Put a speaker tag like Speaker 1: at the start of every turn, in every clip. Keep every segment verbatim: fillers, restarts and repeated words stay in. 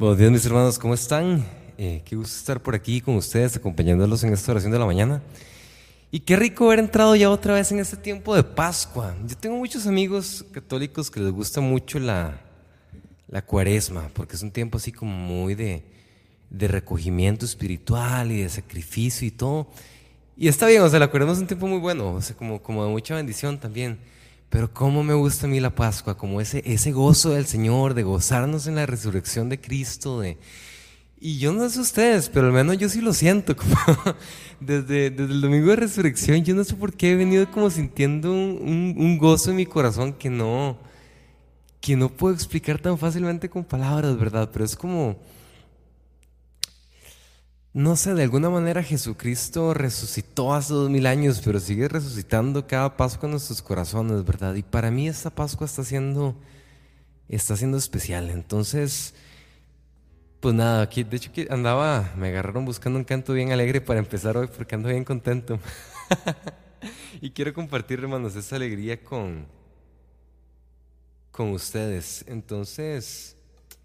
Speaker 1: Buenos días, mis hermanos, ¿cómo están? Eh, qué gusto estar por aquí con ustedes, acompañándolos en esta oración de la mañana. Y qué rico haber entrado ya otra vez en este tiempo de Pascua. Yo tengo muchos amigos católicos que les gusta mucho la, la cuaresma, porque es un tiempo así como muy de, de recogimiento espiritual y de sacrificio y todo. Y está bien, o sea, la cuaresma es un tiempo muy bueno, o sea, como, como de mucha bendición también. Pero cómo me gusta a mí la Pascua, como ese, ese gozo del Señor, de gozarnos en la resurrección de Cristo, de, y yo no sé ustedes, pero al menos yo sí lo siento, como desde, desde el domingo de resurrección, yo no sé por qué he venido como sintiendo un, un- un gozo en mi corazón que no, que no puedo explicar tan fácilmente con palabras, ¿verdad? Pero es como, no sé, de alguna manera Jesucristo resucitó hace dos mil años, pero sigue resucitando cada Pascua en nuestros corazones, ¿verdad? Y para mí esta Pascua está siendo, está siendo especial. Entonces, pues nada, aquí de hecho que andaba, me agarraron buscando un canto bien alegre para empezar hoy porque ando bien contento. Y quiero compartir, hermanos, esa alegría con, con ustedes. Entonces,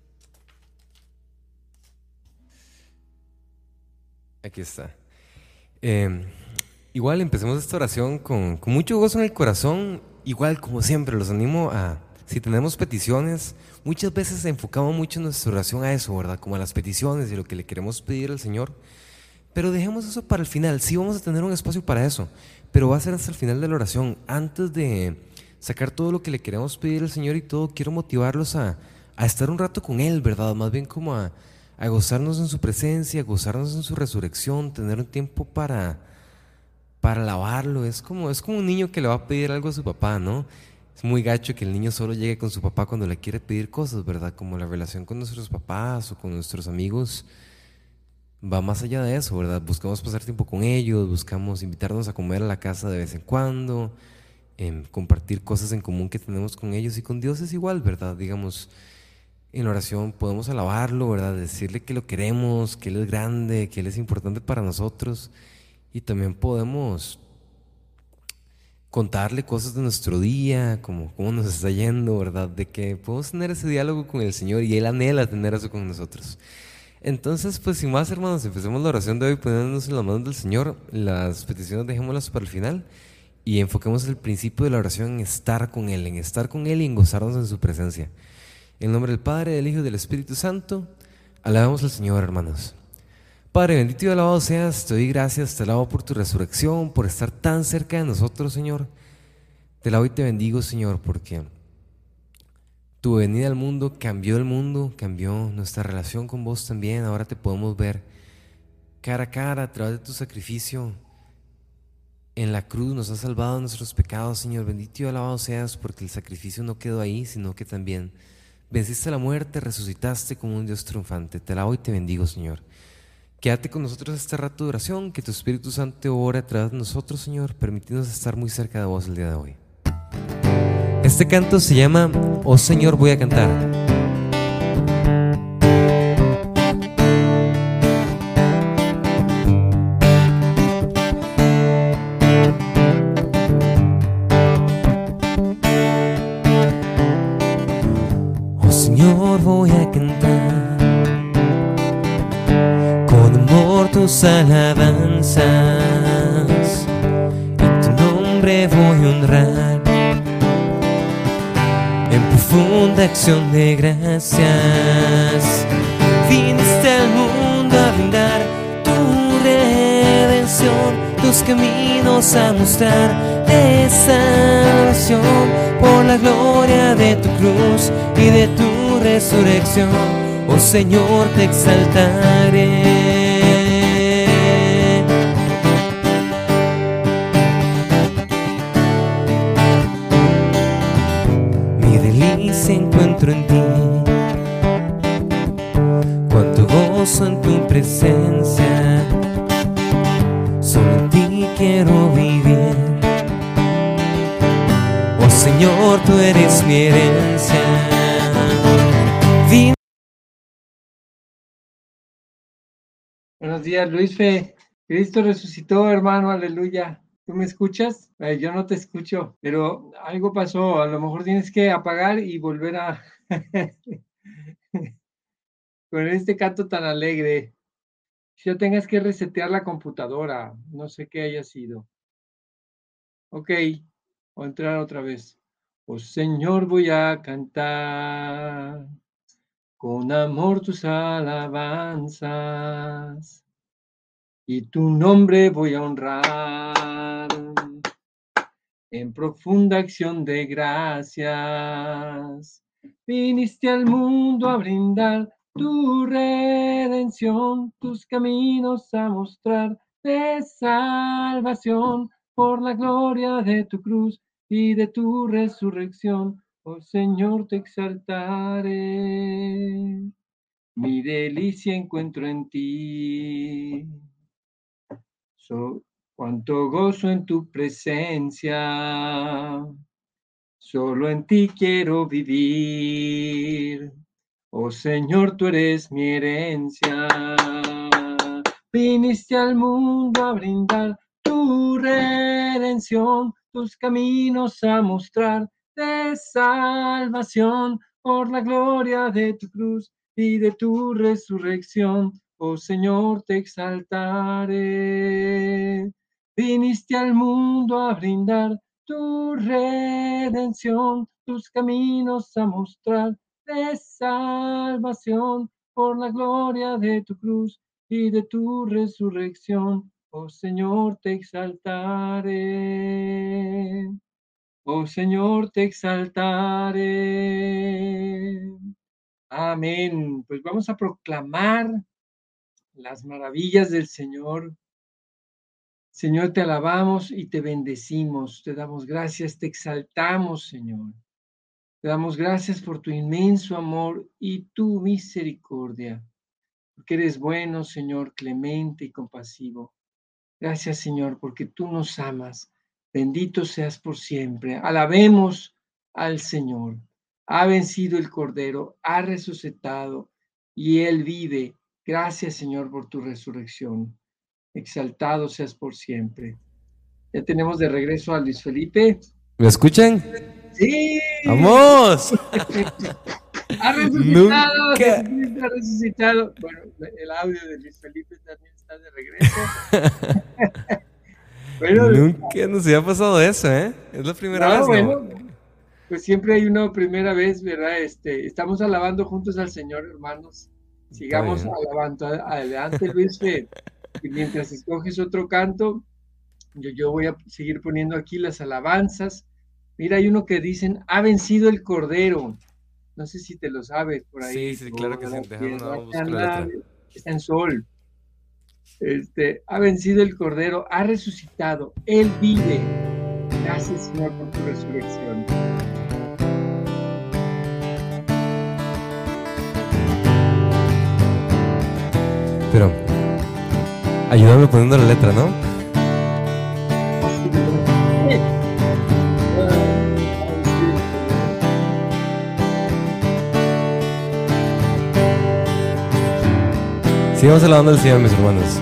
Speaker 1: aquí está. Eh, igual empecemos esta oración con, con mucho gozo en el corazón. Igual, como siempre, los animo a, si tenemos peticiones, muchas veces enfocamos mucho nuestra oración a eso, ¿verdad? Como a las peticiones y lo que le queremos pedir al Señor. Pero dejemos eso para el final. Sí vamos a tener un espacio para eso, pero va a ser hasta el final de la oración. Antes de sacar todo lo que le queremos pedir al Señor y todo, quiero motivarlos a, a estar un rato con Él, ¿verdad? Más bien como a, a gozarnos en su presencia, a gozarnos en su resurrección, tener un tiempo para, para alabarlo. Es como, es como un niño que le va a pedir algo a su papá, ¿no? Es muy gacho que el niño solo llegue con su papá cuando le quiere pedir cosas, ¿verdad? Como la relación con nuestros papás o con nuestros amigos va más allá de eso, ¿verdad? Buscamos pasar tiempo con ellos, buscamos invitarnos a comer a la casa de vez en cuando, em, compartir cosas en común que tenemos con ellos y con Dios es igual, ¿verdad? Digamos, en la oración podemos alabarlo, ¿verdad? Decirle que lo queremos, que Él es grande, que Él es importante para nosotros y también podemos contarle cosas de nuestro día, como cómo nos está yendo, ¿verdad? De que podemos tener ese diálogo con el Señor y Él anhela tener eso con nosotros. Entonces, pues sin más, hermanos, empecemos la oración de hoy poniéndonos en las manos del Señor. Las peticiones dejémoslas para el final y enfoquemos el principio de la oración en estar con Él, en estar con Él y en gozarnos en su presencia. En nombre del Padre, del Hijo y del Espíritu Santo, alabamos al Señor, hermanos. Padre bendito y alabado seas, te doy gracias, te alabo por tu resurrección, por estar tan cerca de nosotros, Señor. Te alabo y te bendigo, Señor, porque tu venida al mundo cambió el mundo, cambió nuestra relación con vos también. Ahora te podemos ver cara a cara a través de tu sacrificio en la cruz. Nos has salvado de nuestros pecados, Señor. Bendito y alabado seas porque el sacrificio no quedó ahí, sino que también venciste la muerte, resucitaste como un Dios triunfante. Te alabo y te bendigo, Señor. Quédate con nosotros este rato de oración, que tu Espíritu Santo ore a través de nosotros, Señor, permitiéndonos estar muy cerca de vos el día de hoy. Este canto se llama Oh Señor, voy a cantar. Oh Señor, voy a cantar con amor tus alabanzas y tu nombre voy a honrar en profunda acción de gracias. Viniste al mundo a brindar tu redención, tus caminos a mostrar de salvación por la gloria de tu cruz y de tu resurrección. Oh Señor, te exaltaré. Mi delicia encuentro en ti, cuánto gozo en tu presencia. Solo en ti quiero vivir. Oh Señor, tú eres mi herencia. Vine.
Speaker 2: Buenos días, Luis Fe. Cristo resucitó, hermano, aleluya. ¿Tú me escuchas? Eh, yo no te escucho, pero algo pasó. A lo mejor tienes que apagar y volver a... con este canto tan alegre. Si yo tengas que resetear la computadora, no sé qué haya sido. Ok, o entrar otra vez. Oh Señor, voy a cantar con amor tus alabanzas y tu nombre voy a honrar en profunda acción de gracias. Viniste al mundo a brindar tu redención, tus caminos a mostrar de salvación por la gloria de tu cruz y de tu resurrección. Oh Señor, te exaltaré, mi delicia encuentro en ti. So, cuánto gozo en tu presencia, solo en ti quiero vivir. Oh Señor, tú eres mi herencia. Viniste al mundo a brindar tu redención, tus caminos a mostrar de salvación por la gloria de tu cruz y de tu resurrección. Oh Señor, te exaltaré. Viniste al mundo a brindar tu redención, tus caminos a mostrar de salvación por la gloria de tu cruz y de tu resurrección. Oh Señor, te exaltaré. Oh Señor, te exaltaré. Amén. Pues vamos a proclamar las maravillas del Señor. Señor, te alabamos y te bendecimos, te damos gracias, te exaltamos, Señor. Te damos gracias por tu inmenso amor y tu misericordia, porque eres bueno, Señor, clemente y compasivo. Gracias, Señor, porque tú nos amas. Bendito seas por siempre. Alabemos al Señor. Ha vencido el Cordero, ha resucitado y Él vive. Gracias, Señor, por tu resurrección. Exaltado seas por siempre. Ya tenemos de regreso a Luis Felipe.
Speaker 1: ¿Me escuchan?
Speaker 2: ¡Sí!
Speaker 1: ¡Vamos!
Speaker 2: ¡Ha resucitado!
Speaker 1: Nunca.
Speaker 2: Jesucristo ha resucitado. Bueno, el audio de Luis Felipe también está de regreso. Bueno,
Speaker 1: Nunca nos había pasado eso, ¿eh? Es la primera
Speaker 2: no,
Speaker 1: vez, ¿no?
Speaker 2: bueno, pues siempre hay una primera vez, ¿verdad? Este, estamos alabando juntos al Señor, hermanos. Sigamos
Speaker 1: bien.
Speaker 2: alabando. Adelante, Luis, Fe. Y mientras escoges otro canto, yo, yo voy a seguir poniendo aquí las alabanzas. Mira, hay uno que dicen, ha vencido el Cordero. No sé si te lo sabes por ahí.
Speaker 1: Sí, sí, claro que sí.
Speaker 2: Toda la
Speaker 1: Déjame nada
Speaker 2: tierra
Speaker 1: más buscar la letra.
Speaker 2: está en sol. Este, ha vencido el Cordero, ha resucitado, Él vive. Gracias, Señor, por tu resurrección.
Speaker 1: Pero, ayúdame poniendo la letra, ¿no? Sigamos alabando al Señor, mis hermanos.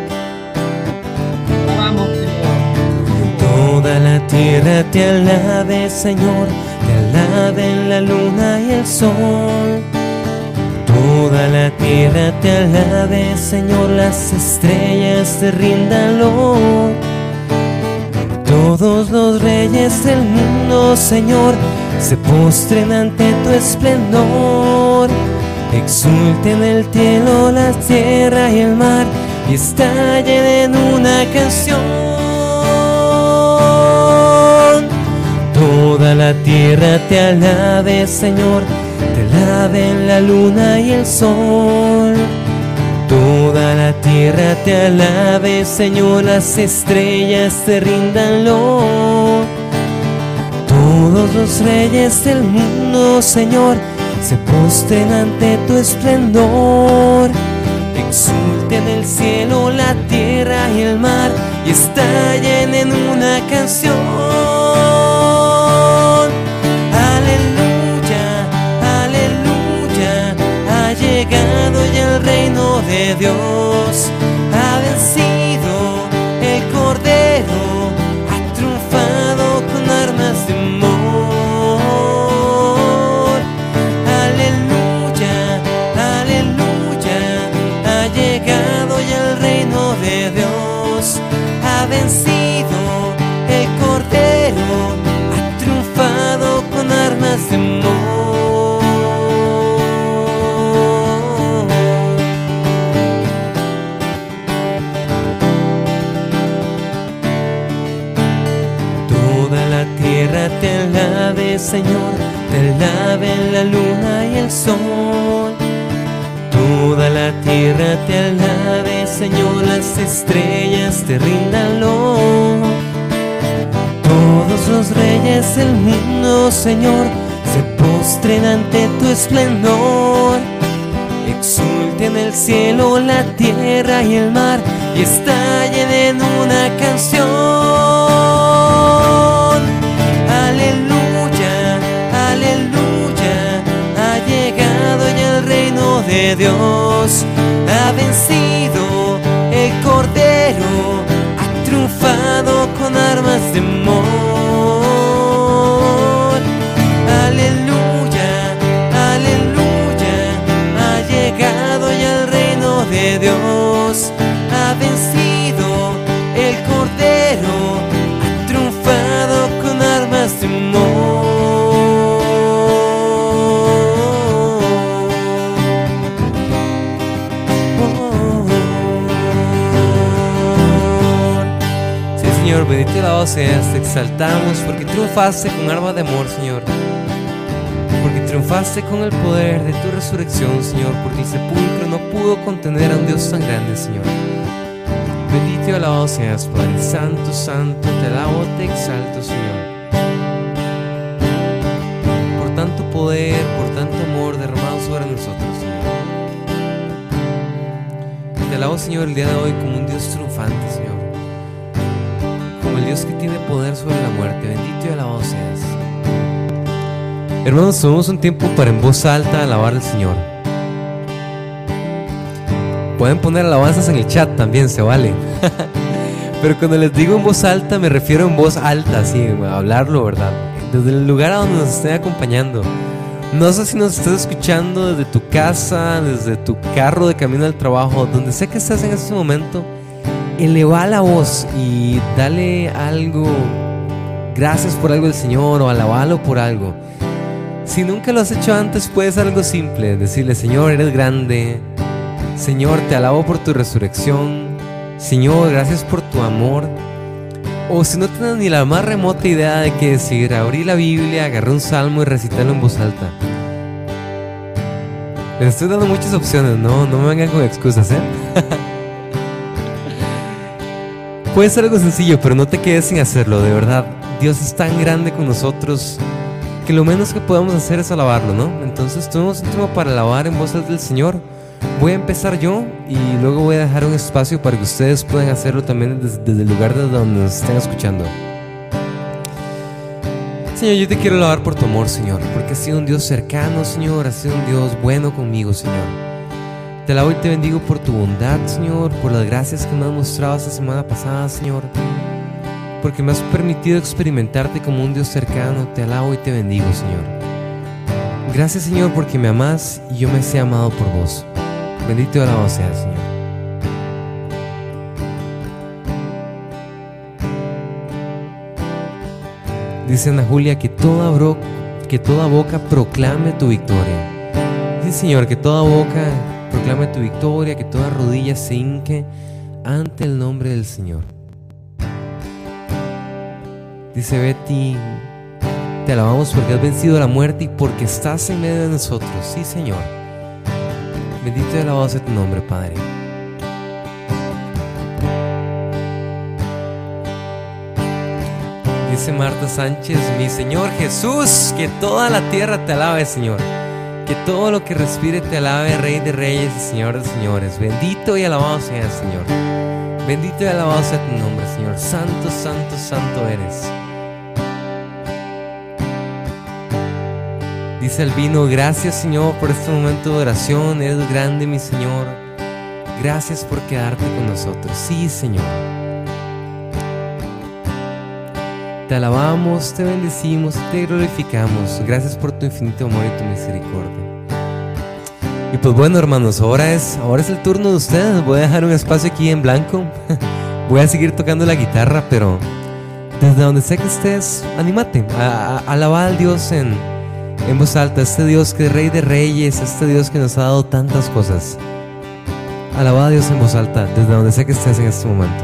Speaker 2: Vamos, Señor.
Speaker 1: Toda la tierra te alabe, Señor, te alaben la luna y el sol. Toda la tierra te alabe, Señor, las estrellas te rindan honor. Todos los reyes del mundo, Señor, se postren ante tu esplendor. Exulten el cielo, la tierra y el mar, y estallen en una canción. Toda la tierra te alabe, Señor, te alaben la luna y el sol. Toda la tierra te alabe, Señor, las estrellas te rindan loor. Todos los reyes del mundo, Señor, se postren ante tu esplendor. Exulten el cielo, la tierra y el mar, y estallen en una canción. Aleluya, aleluya, ha llegado ya el reino de Dios. Ha vencido el Cordero, ha triunfado con armas de amor. Aleluya, aleluya, Señor, te alaben la luna y el sol. Toda la tierra te alabe, Señor, las estrellas te ríndanlo. Todos los reyes del mundo, Señor, se postren ante tu esplendor. Exulte en el cielo la tierra y el mar, y estallen en una canción. Aleluya, aleluya, ha llegado ya el reino de Dios. Ha vencido el Cordero, ha triunfado con armas de amor. Aleluya, aleluya, ha llegado ya el reino de Dios. Ha vencido el Cordero, ha triunfado con armas de amor. Sí, Señor, bendito y alabado seas, te exaltamos porque triunfaste con armas de amor, Señor. Porque triunfaste con el poder de tu resurrección, Señor, porque el sepulcro no pudo contener a un Dios tan grande, Señor. Bendito y alabado seas, Padre Santo, Santo, te alabo, te exalto, Señor. Por tanto poder, por tanto amor derramado sobre nosotros, Señor. Te alabo, Señor, el día de hoy como un Dios triunfante, Señor. Como el Dios que tiene poder sobre la muerte. Bendito y alabado seas. Hermanos, tomemos un tiempo para en voz alta alabar al Señor. Pueden poner alabanzas en el chat también, se vale. Pero cuando les digo en voz alta, me refiero en voz alta, así, a hablarlo, ¿verdad? Desde el lugar a donde nos estén acompañando. No sé si nos estás escuchando desde tu casa, desde tu carro de camino al trabajo, donde sea que estés en ese momento. Eleva la voz y dale algo, gracias por algo al Señor, o alabalo por algo. Si nunca lo has hecho antes, puedes hacer algo simple, decirle: Señor, eres grande. Señor, te alabo por tu resurrección. Señor, gracias por tu amor. O si no tienes ni la más remota idea de qué decir, abrí la Biblia, agarré un salmo y recitarlo en voz alta. Les estoy dando muchas opciones, no, no me vengan con excusas, ¿eh? Puede ser algo sencillo, pero no te quedes sin hacerlo, de verdad. Dios es tan grande con nosotros que lo menos que podemos hacer es alabarlo, ¿no? Entonces tomemos un tiempo para alabar en voz alta del Señor. Voy a empezar yo y luego voy a dejar un espacio para que ustedes puedan hacerlo también desde, desde el lugar desde donde nos estén escuchando. Señor, yo te quiero alabar por tu amor, Señor, porque has sido un Dios cercano, Señor, has sido un Dios bueno conmigo, Señor. Te alabo y te bendigo por tu bondad, Señor, por las gracias que me has mostrado esta semana pasada, Señor, porque me has permitido experimentarte como un Dios cercano. Te alabo y te bendigo, Señor. Gracias, Señor, porque me amás y yo me sé amado por vos. Bendito y alabado seas, Señor. Dice Ana Julia que toda, bro, que toda boca proclame tu victoria. Sí, Señor, que toda boca proclame tu victoria, que toda rodilla se hinque ante el nombre del Señor. Dice Betty: te alabamos porque has vencido la muerte y porque estás en medio de nosotros. Sí, Señor. Bendito y alabado sea tu nombre, Padre. Dice Marta Sánchez: mi Señor Jesús, que toda la tierra te alabe, Señor. Que todo lo que respire te alabe, Rey de Reyes y Señor de Señores. Bendito y alabado seas, Señor. Bendito y alabado sea tu nombre, Señor. Santo, santo, santo eres. Dice Albino: gracias, Señor, por este momento de oración. Eres grande, mi Señor. Gracias por quedarte con nosotros. Sí, Señor. Te alabamos, te bendecimos y te glorificamos. Gracias por tu infinito amor y tu misericordia. Y pues bueno, hermanos, ahora es, ahora es el turno de ustedes. Voy a dejar un espacio aquí en blanco. Voy a seguir tocando la guitarra, pero desde donde sea que estés, anímate a, a, a alabar al Dios en, en voz alta. Este Dios que es Rey de Reyes, este Dios que nos ha dado tantas cosas. Alaba a Dios en voz alta, desde donde sea que estés en este momento.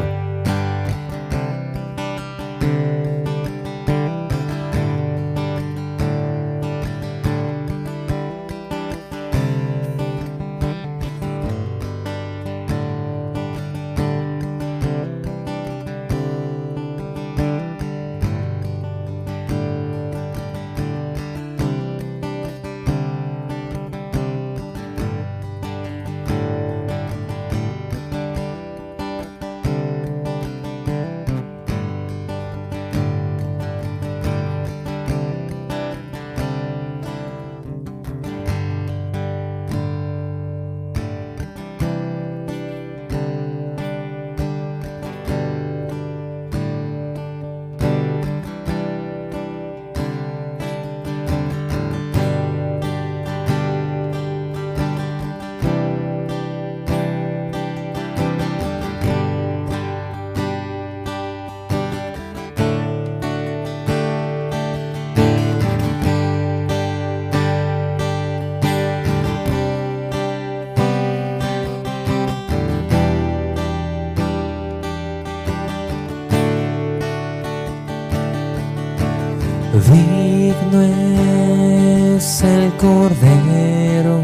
Speaker 1: Digno es el Cordero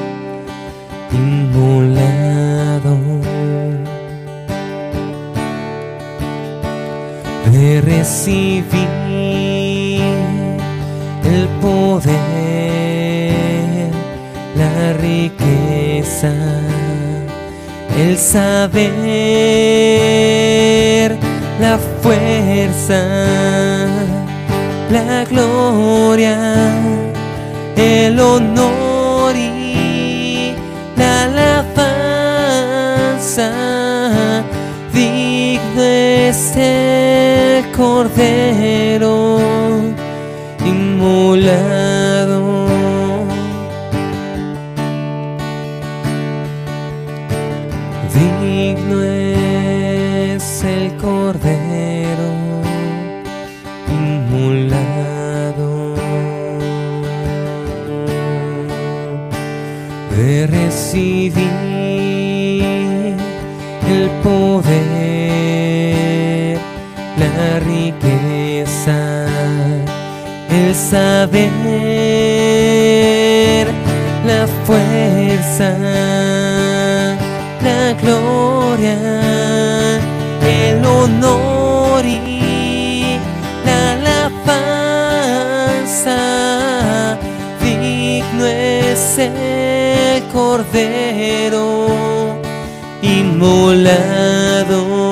Speaker 1: inmolado de recibir el poder, la riqueza, el saber, la fuerza, la gloria, el honor y la alabanza. Digno es el Cordero inmolado. Digno es el Cordero inmolado de recibir el poder, la riqueza, el saber, la fuerza, la gloria, el honor y la alabanza. Digno es el Cordero inmolado.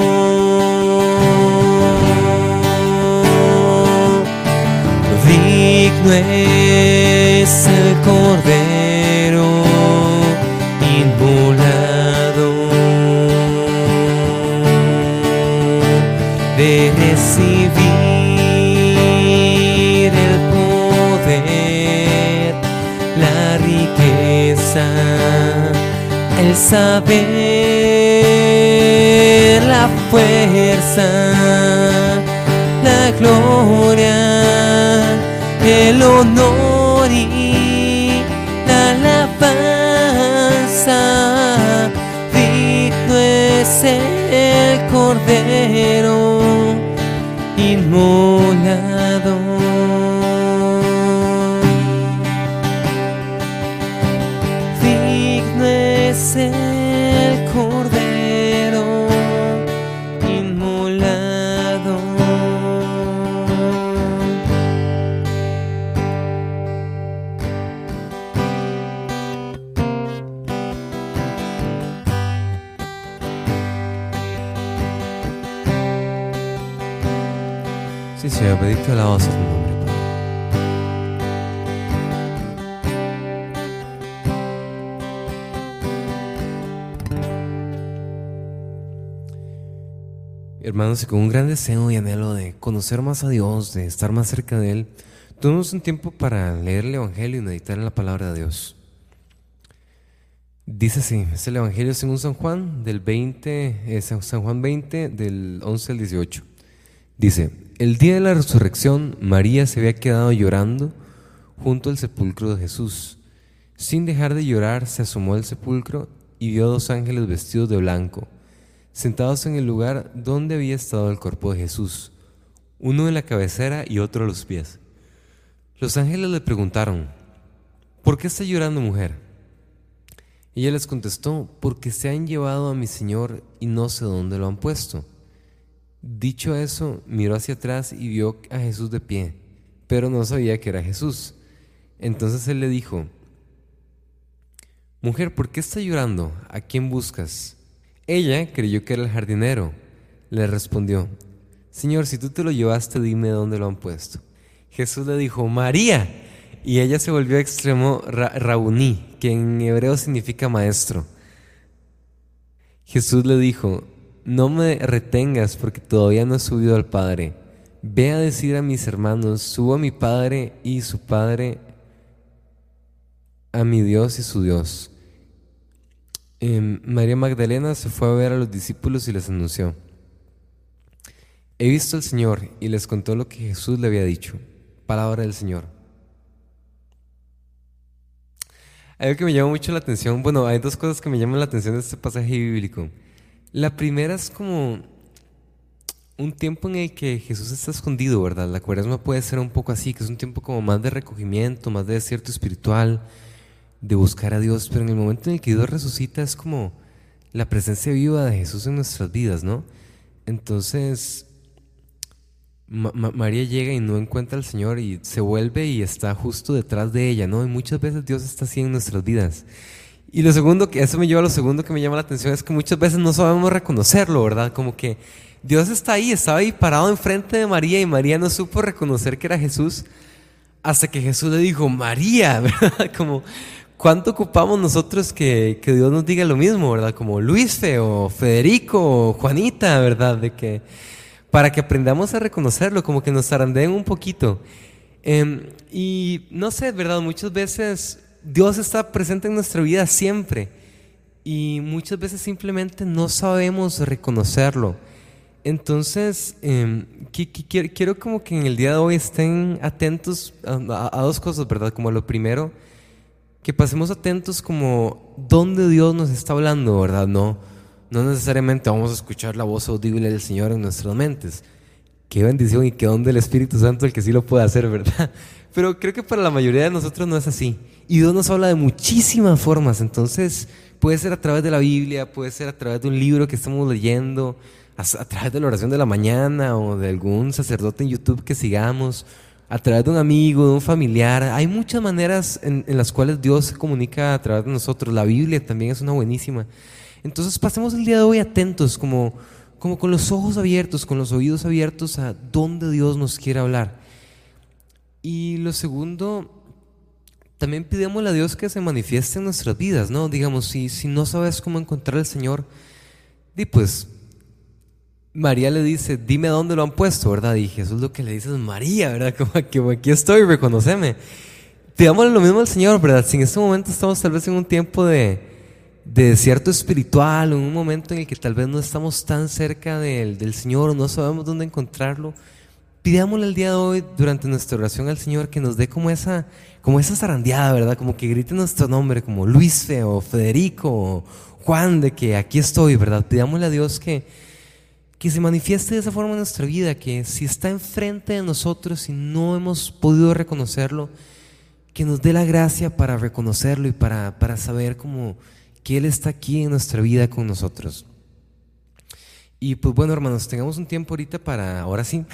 Speaker 1: Digno es el Cordero inmolado de recibir el poder, la riqueza, el saber, la fuerza, la gloria, el honor y la alabanza. Digno es el Cordero inmolado. Digno es el Cordero inmolado. Sí, Señor, bendito alabado sea tu nombre, Padre. Hermanos, y con un gran deseo y anhelo de conocer más a Dios, de estar más cerca de Él, tomemos un tiempo para leer el Evangelio y meditar en la palabra de Dios. Dice así, es el Evangelio según San Juan, del veinte, eh, San Juan veinte, del once al dieciocho. Dice: el día de la resurrección, María se había quedado llorando junto al sepulcro de Jesús. Sin dejar de llorar, se asomó al sepulcro y vio dos ángeles vestidos de blanco, sentados en el lugar donde había estado el cuerpo de Jesús, uno en la cabecera y otro a los pies. Los ángeles le preguntaron: ¿por qué está llorando, mujer? Ella les contestó: porque se han llevado a mi Señor y no sé dónde lo han puesto. Dicho eso, miró hacia atrás y vio a Jesús de pie, pero no sabía que era Jesús. Entonces él le dijo: mujer, ¿por qué está llorando? ¿A quién buscas? Ella creyó que era el jardinero. Le respondió: Señor, si tú te lo llevaste, dime dónde lo han puesto. Jesús le dijo: María. Y ella se volvió a extremo ra Rabuní, que en hebreo significa maestro. Jesús le dijo: no me retengas, porque todavía no he subido al Padre. Ve a decir a mis hermanos: subo a mi Padre y su Padre, a mi Dios y su Dios. Eh, María Magdalena se fue a ver a los discípulos y les anunció: he visto al Señor, y les contó lo que Jesús le había dicho. Palabra del Señor. Hay algo que me llama mucho la atención. Bueno, hay dos cosas que me llaman la atención de este pasaje bíblico. La primera es como un tiempo en el que Jesús está escondido, ¿verdad? La cuaresma puede ser un poco así, que es un tiempo como más de recogimiento, más de desierto espiritual, de buscar a Dios, pero en el momento en el que Dios resucita es como la presencia viva de Jesús en nuestras vidas, ¿no? Entonces, Ma- Ma- María llega y no encuentra al Señor y se vuelve y está justo detrás de ella, ¿no? Y muchas veces Dios está así en nuestras vidas. Y lo segundo, que eso me lleva a lo segundo que me llama la atención, es que muchas veces no sabemos reconocerlo, ¿verdad? Como que Dios está ahí, estaba ahí parado enfrente de María y María no supo reconocer que era Jesús hasta que Jesús le dijo, María, ¿verdad? Como, ¿cuánto ocupamos nosotros que, que Dios nos diga lo mismo, ¿verdad? Como Luisfe o Federico o Juanita, ¿verdad? De que, para que aprendamos a reconocerlo, como que nos zarandeen un poquito. Em, y no sé, ¿verdad? Muchas veces Dios está presente en nuestra vida siempre y muchas veces simplemente no sabemos reconocerlo. Entonces, em, qui- qui- quiero, quiero como que en el día de hoy estén atentos a, a- a dos cosas, ¿verdad? Como lo primero, que pasemos atentos como dónde Dios nos está hablando, ¿verdad? No, no necesariamente vamos a escuchar la voz audible del Señor en nuestras mentes. Qué bendición y qué don del Espíritu Santo el que sí lo puede hacer, ¿verdad? Pero creo que para la mayoría de nosotros no es así. Y Dios nos habla de muchísimas formas. Entonces, puede ser a través de la Biblia, puede ser a través de un libro que estamos leyendo, a, a través de la oración de la mañana o de algún sacerdote en YouTube que sigamos, a través de un amigo, de un familiar. Hay muchas maneras en, en las cuales Dios se comunica a través de nosotros. La Biblia también es una buenísima. Entonces, pasemos el día de hoy atentos, como como con los ojos abiertos, con los oídos abiertos a dónde Dios nos quiere hablar. Y lo segundo, también pidémosle a Dios que se manifieste en nuestras vidas, ¿no? Digamos, si, si no sabes cómo encontrar al Señor, di pues, María le dice, dime dónde lo han puesto, ¿verdad? Y Jesús lo que le dice es, María, ¿verdad? Como que aquí estoy, reconoceme. Pidámosle lo mismo al Señor, ¿verdad? Si en este momento estamos tal vez en un tiempo de, de desierto espiritual, en un momento en el que tal vez no estamos tan cerca del, del Señor o no sabemos dónde encontrarlo, pidámosle el día de hoy durante nuestra oración al Señor que nos dé como esa, como esa zarandeada, ¿verdad? Como que grite nuestro nombre, como Luis o Federico o Juan, de que aquí estoy, ¿verdad? Pidámosle a Dios que, que se manifieste de esa forma en nuestra vida, que si está enfrente de nosotros y no hemos podido reconocerlo, que nos dé la gracia para reconocerlo y para, para saber cómo que Él está aquí en nuestra vida con nosotros. Y pues bueno, hermanos, tengamos un tiempo ahorita para, ahora sí,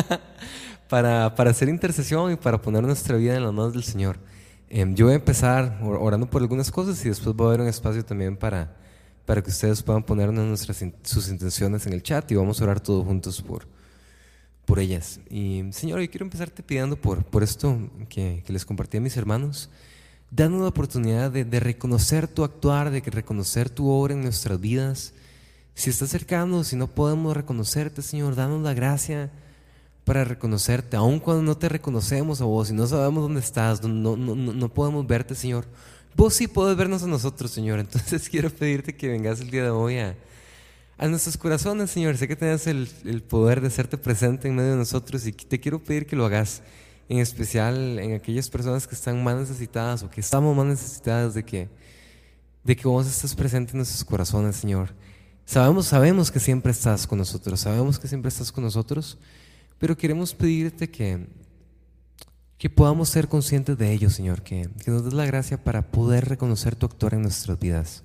Speaker 1: para, para hacer intercesión y para poner nuestra vida en las manos del Señor. Em, yo voy a empezar orando por algunas cosas y después va a haber un espacio también para, para que ustedes puedan ponernos nuestras, sus intenciones en el chat y vamos a orar todos juntos por, por ellas. Y Señor, yo quiero empezarte pidiendo por, por esto que, que les compartí a mis hermanos. Danos la oportunidad de, de reconocer tu actuar, de reconocer tu obra en nuestras vidas. Si estás cercano, si no podemos reconocerte, Señor, danos la gracia para reconocerte, aun cuando no te reconocemos a vos y no sabemos dónde estás, no, no, no, no podemos verte, Señor. Vos sí puedes vernos a nosotros, Señor. Entonces quiero pedirte que vengas el día de hoy a, a nuestros corazones, Señor. Sé que tienes el, el poder de hacerte presente en medio de nosotros y te quiero pedir que lo hagas, en especial en aquellas personas que están más necesitadas o que estamos más necesitadas de que, de que vos estés presente en nuestros corazones, Señor. Sabemos, sabemos que siempre estás con nosotros, sabemos que siempre estás con nosotros, pero queremos pedirte que, que podamos ser conscientes de ello, Señor, que, que nos des la gracia para poder reconocer tu actuar en nuestras vidas.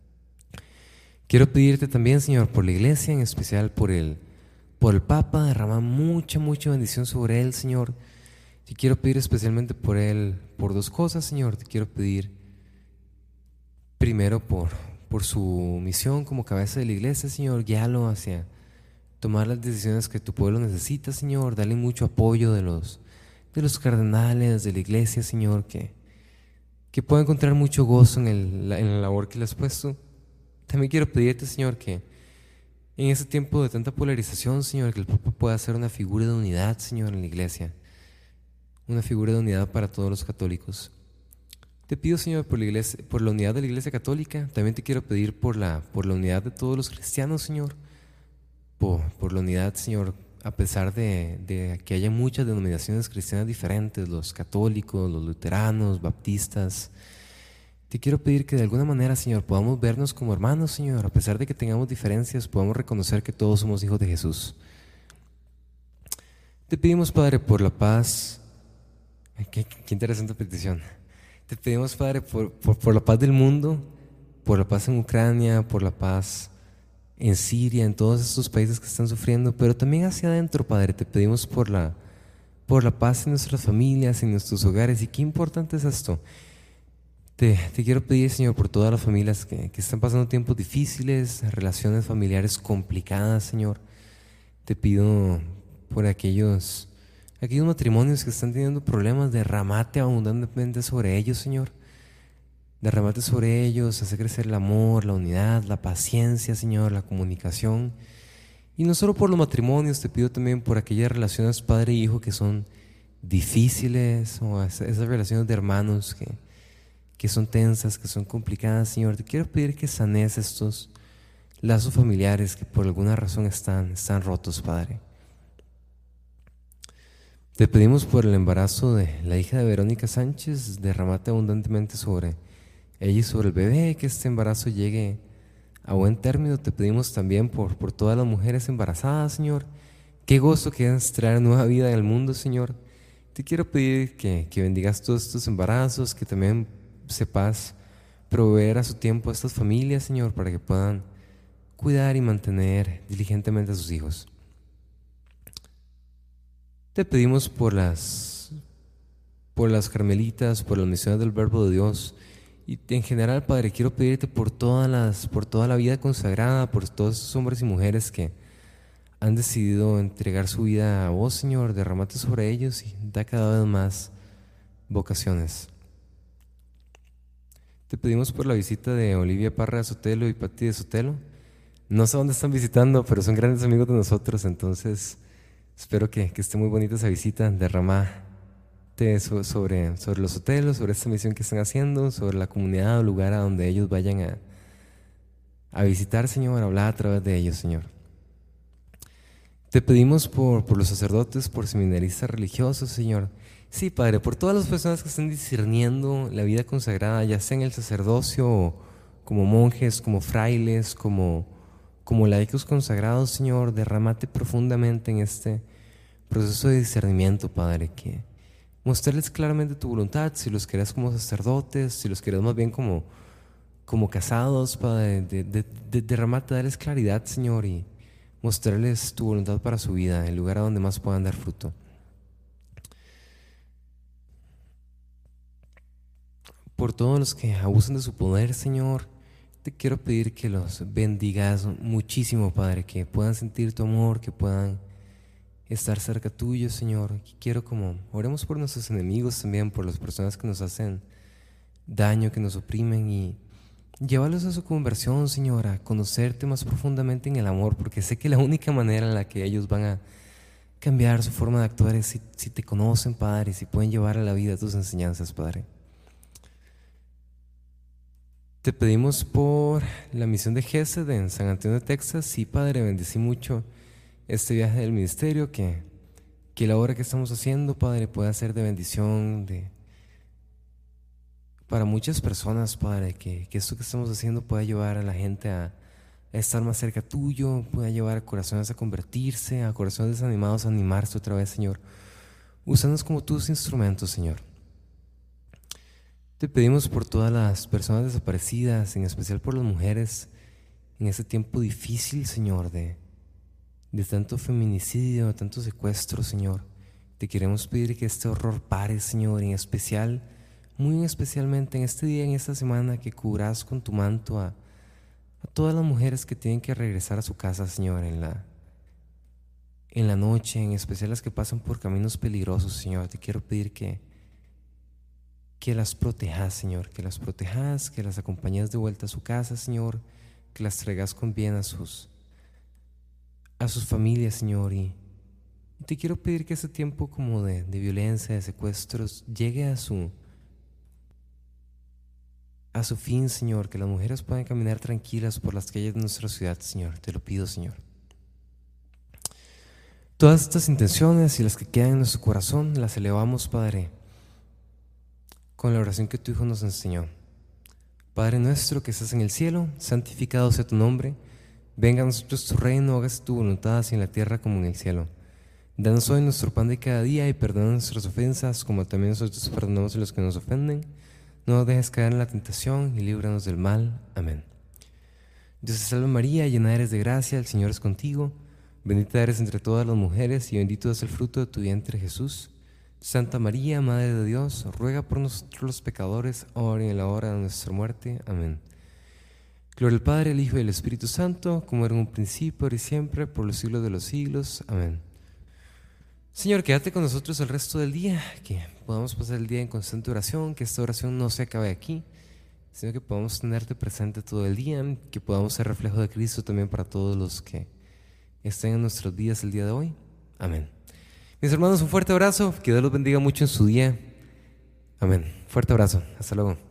Speaker 1: Quiero pedirte también, Señor, por la iglesia, en especial por el, por el Papa, derrama mucha, mucha bendición sobre él, Señor. Te quiero pedir especialmente por él, por dos cosas, Señor. Te quiero pedir primero por, por su misión como cabeza de la iglesia, Señor, guíalo hacia tomar las decisiones que tu pueblo necesita, Señor. Dale mucho apoyo de los, de los cardenales, de la iglesia, Señor, que, que pueda encontrar mucho gozo en, el, en la labor que le has puesto. También quiero pedirte, Señor, que en ese tiempo de tanta polarización, Señor, que el Papa pueda ser una figura de unidad, Señor, en la iglesia. Una figura de unidad para todos los católicos. Te pido, Señor, por la iglesia, por la unidad de la Iglesia Católica. También te quiero pedir por la, por la unidad de todos los cristianos, Señor. Por, por la unidad, Señor, a pesar de, de que haya muchas denominaciones cristianas diferentes, los católicos, los luteranos, baptistas. Te quiero pedir que de alguna manera, Señor, podamos vernos como hermanos, Señor. A pesar de que tengamos diferencias, podamos reconocer que todos somos hijos de Jesús. Te pedimos, Padre, por la paz. Ay, Qué, qué interesante petición. Te pedimos, Padre, por, por, por la paz del mundo, por la paz en Ucrania, por la paz en Siria, en todos estos países que están sufriendo, pero también hacia adentro, Padre, te pedimos por la, por la paz en nuestras familias, en nuestros hogares. Y qué importante es esto. Te, te quiero pedir, Señor, por todas las familias que, que están pasando tiempos difíciles, relaciones familiares complicadas, Señor. Te pido por aquellos, aquellos matrimonios que están teniendo problemas, derramate abundantemente sobre ellos, Señor. Derramate sobre ellos, hace crecer el amor, la unidad, la paciencia, Señor, la comunicación. Y no solo por los matrimonios, te pido también por aquellas relaciones padre e hijo que son difíciles, o esas esas relaciones de hermanos que, que son tensas, que son complicadas, Señor. Te quiero pedir que sanes estos lazos familiares que por alguna razón están, están rotos, Padre. Te pedimos por el embarazo de la hija de Verónica Sánchez, derramate abundantemente sobre ella y sobre el bebé, que este embarazo llegue a buen término. Te pedimos también por, por todas las mujeres embarazadas, Señor. Qué gozo que es traer nueva vida al mundo, Señor. Te quiero pedir que, que bendigas todos estos embarazos, que también sepas proveer a su tiempo a estas familias, Señor, para que puedan cuidar y mantener diligentemente a sus hijos. Te pedimos por las, por las carmelitas, por las misiones del Verbo de Dios. Y en general, Padre, quiero pedirte por todas las, por toda la vida consagrada, por todos esos hombres y mujeres que han decidido entregar su vida a vos, Señor. Derramate sobre ellos y da cada vez más vocaciones. Te pedimos por la visita de Olivia Parra de Sotelo y Patti de Sotelo. No sé dónde están visitando, pero son grandes amigos de nosotros, entonces espero que, que esté muy bonita esa visita. Derramate so- sobre, sobre los hoteles, sobre esta misión que están haciendo, sobre la comunidad o lugar a donde ellos vayan a, a visitar, Señor, a hablar a través de ellos, Señor. Te pedimos por, por los sacerdotes, por seminaristas religiosos, Señor. Sí, Padre, por todas las personas que están discerniendo la vida consagrada, ya sea en el sacerdocio, o como monjes, como frailes, como, como laicos consagrados, Señor. Derrámate profundamente en este proceso de discernimiento, Padre, que mostrarles claramente tu voluntad, si los querés como sacerdotes, si los querés más bien como, como casados, Padre, de, de, de, derramate, darles claridad, Señor, y mostrarles tu voluntad para su vida, el lugar a donde más puedan dar fruto. Por todos los que abusan de su poder, Señor, te quiero pedir que los bendigas muchísimo, Padre, que puedan sentir tu amor, que puedan estar cerca tuyo, Señor. Quiero como, oremos por nuestros enemigos también, por las personas que nos hacen daño, que nos oprimen, y llévalos a su conversión, Señor, a conocerte más profundamente en el amor, porque sé que la única manera en la que ellos van a cambiar su forma de actuar es si, si te conocen, Padre, y si pueden llevar a la vida tus enseñanzas, Padre. Te pedimos por la misión de Gesed en San Antonio de Texas. Sí, Padre, bendecí mucho este viaje del ministerio, que, que la obra que estamos haciendo, Padre, pueda ser de bendición de, para muchas personas, Padre, que, que esto que estamos haciendo pueda llevar a la gente a, a estar más cerca tuyo, pueda llevar a corazones a convertirse, a corazones desanimados a animarse otra vez, Señor. Úsanos como tus instrumentos, Señor. Te pedimos por todas las personas desaparecidas, en especial por las mujeres, en este tiempo difícil, Señor, de, de tanto feminicidio, de tanto secuestro, Señor. Te queremos pedir que este horror pare, Señor, en especial, muy especialmente en este día, en esta semana, que cubras con tu manto a, a todas las mujeres que tienen que regresar a su casa, Señor, en la, en la noche, en especial las que pasan por caminos peligrosos, Señor. Te quiero pedir que que las protejas, Señor, que las protejas, que las acompañes de vuelta a su casa, Señor, que las traigas con bien a sus, a sus familias, Señor. Y te quiero pedir que este tiempo como de, de violencia, de secuestros, llegue a su, a su fin, Señor, que las mujeres puedan caminar tranquilas por las calles de nuestra ciudad, Señor. Te lo pido, Señor. Todas estas intenciones y las que quedan en nuestro corazón las elevamos, Padre, con la oración que tu Hijo nos enseñó. Padre nuestro que estás en el cielo, santificado sea tu nombre. Venga a nosotros tu reino, hágase tu voluntad así en la tierra como en el cielo. Danos hoy nuestro pan de cada día y perdona nuestras ofensas, como también nosotros perdonamos a los que nos ofenden. No nos dejes caer en la tentación y líbranos del mal. Amén. Dios te salve María, llena eres de gracia, el Señor es contigo. Bendita eres entre todas las mujeres y bendito es el fruto de tu vientre, Jesús. Santa María, Madre de Dios, ruega por nosotros los pecadores, ahora y en la hora de nuestra muerte. Amén. Gloria al Padre, al Hijo y al Espíritu Santo, como era en un principio, ahora y siempre, por los siglos de los siglos. Amén. Señor, quédate con nosotros el resto del día, que podamos pasar el día en constante oración, que esta oración no se acabe aquí, sino que podamos tenerte presente todo el día, que podamos ser reflejo de Cristo también para todos los que estén en nuestros días el día de hoy. Amén. Mis hermanos, un fuerte abrazo, que Dios los bendiga mucho en su día. Amén. Fuerte abrazo. Hasta luego.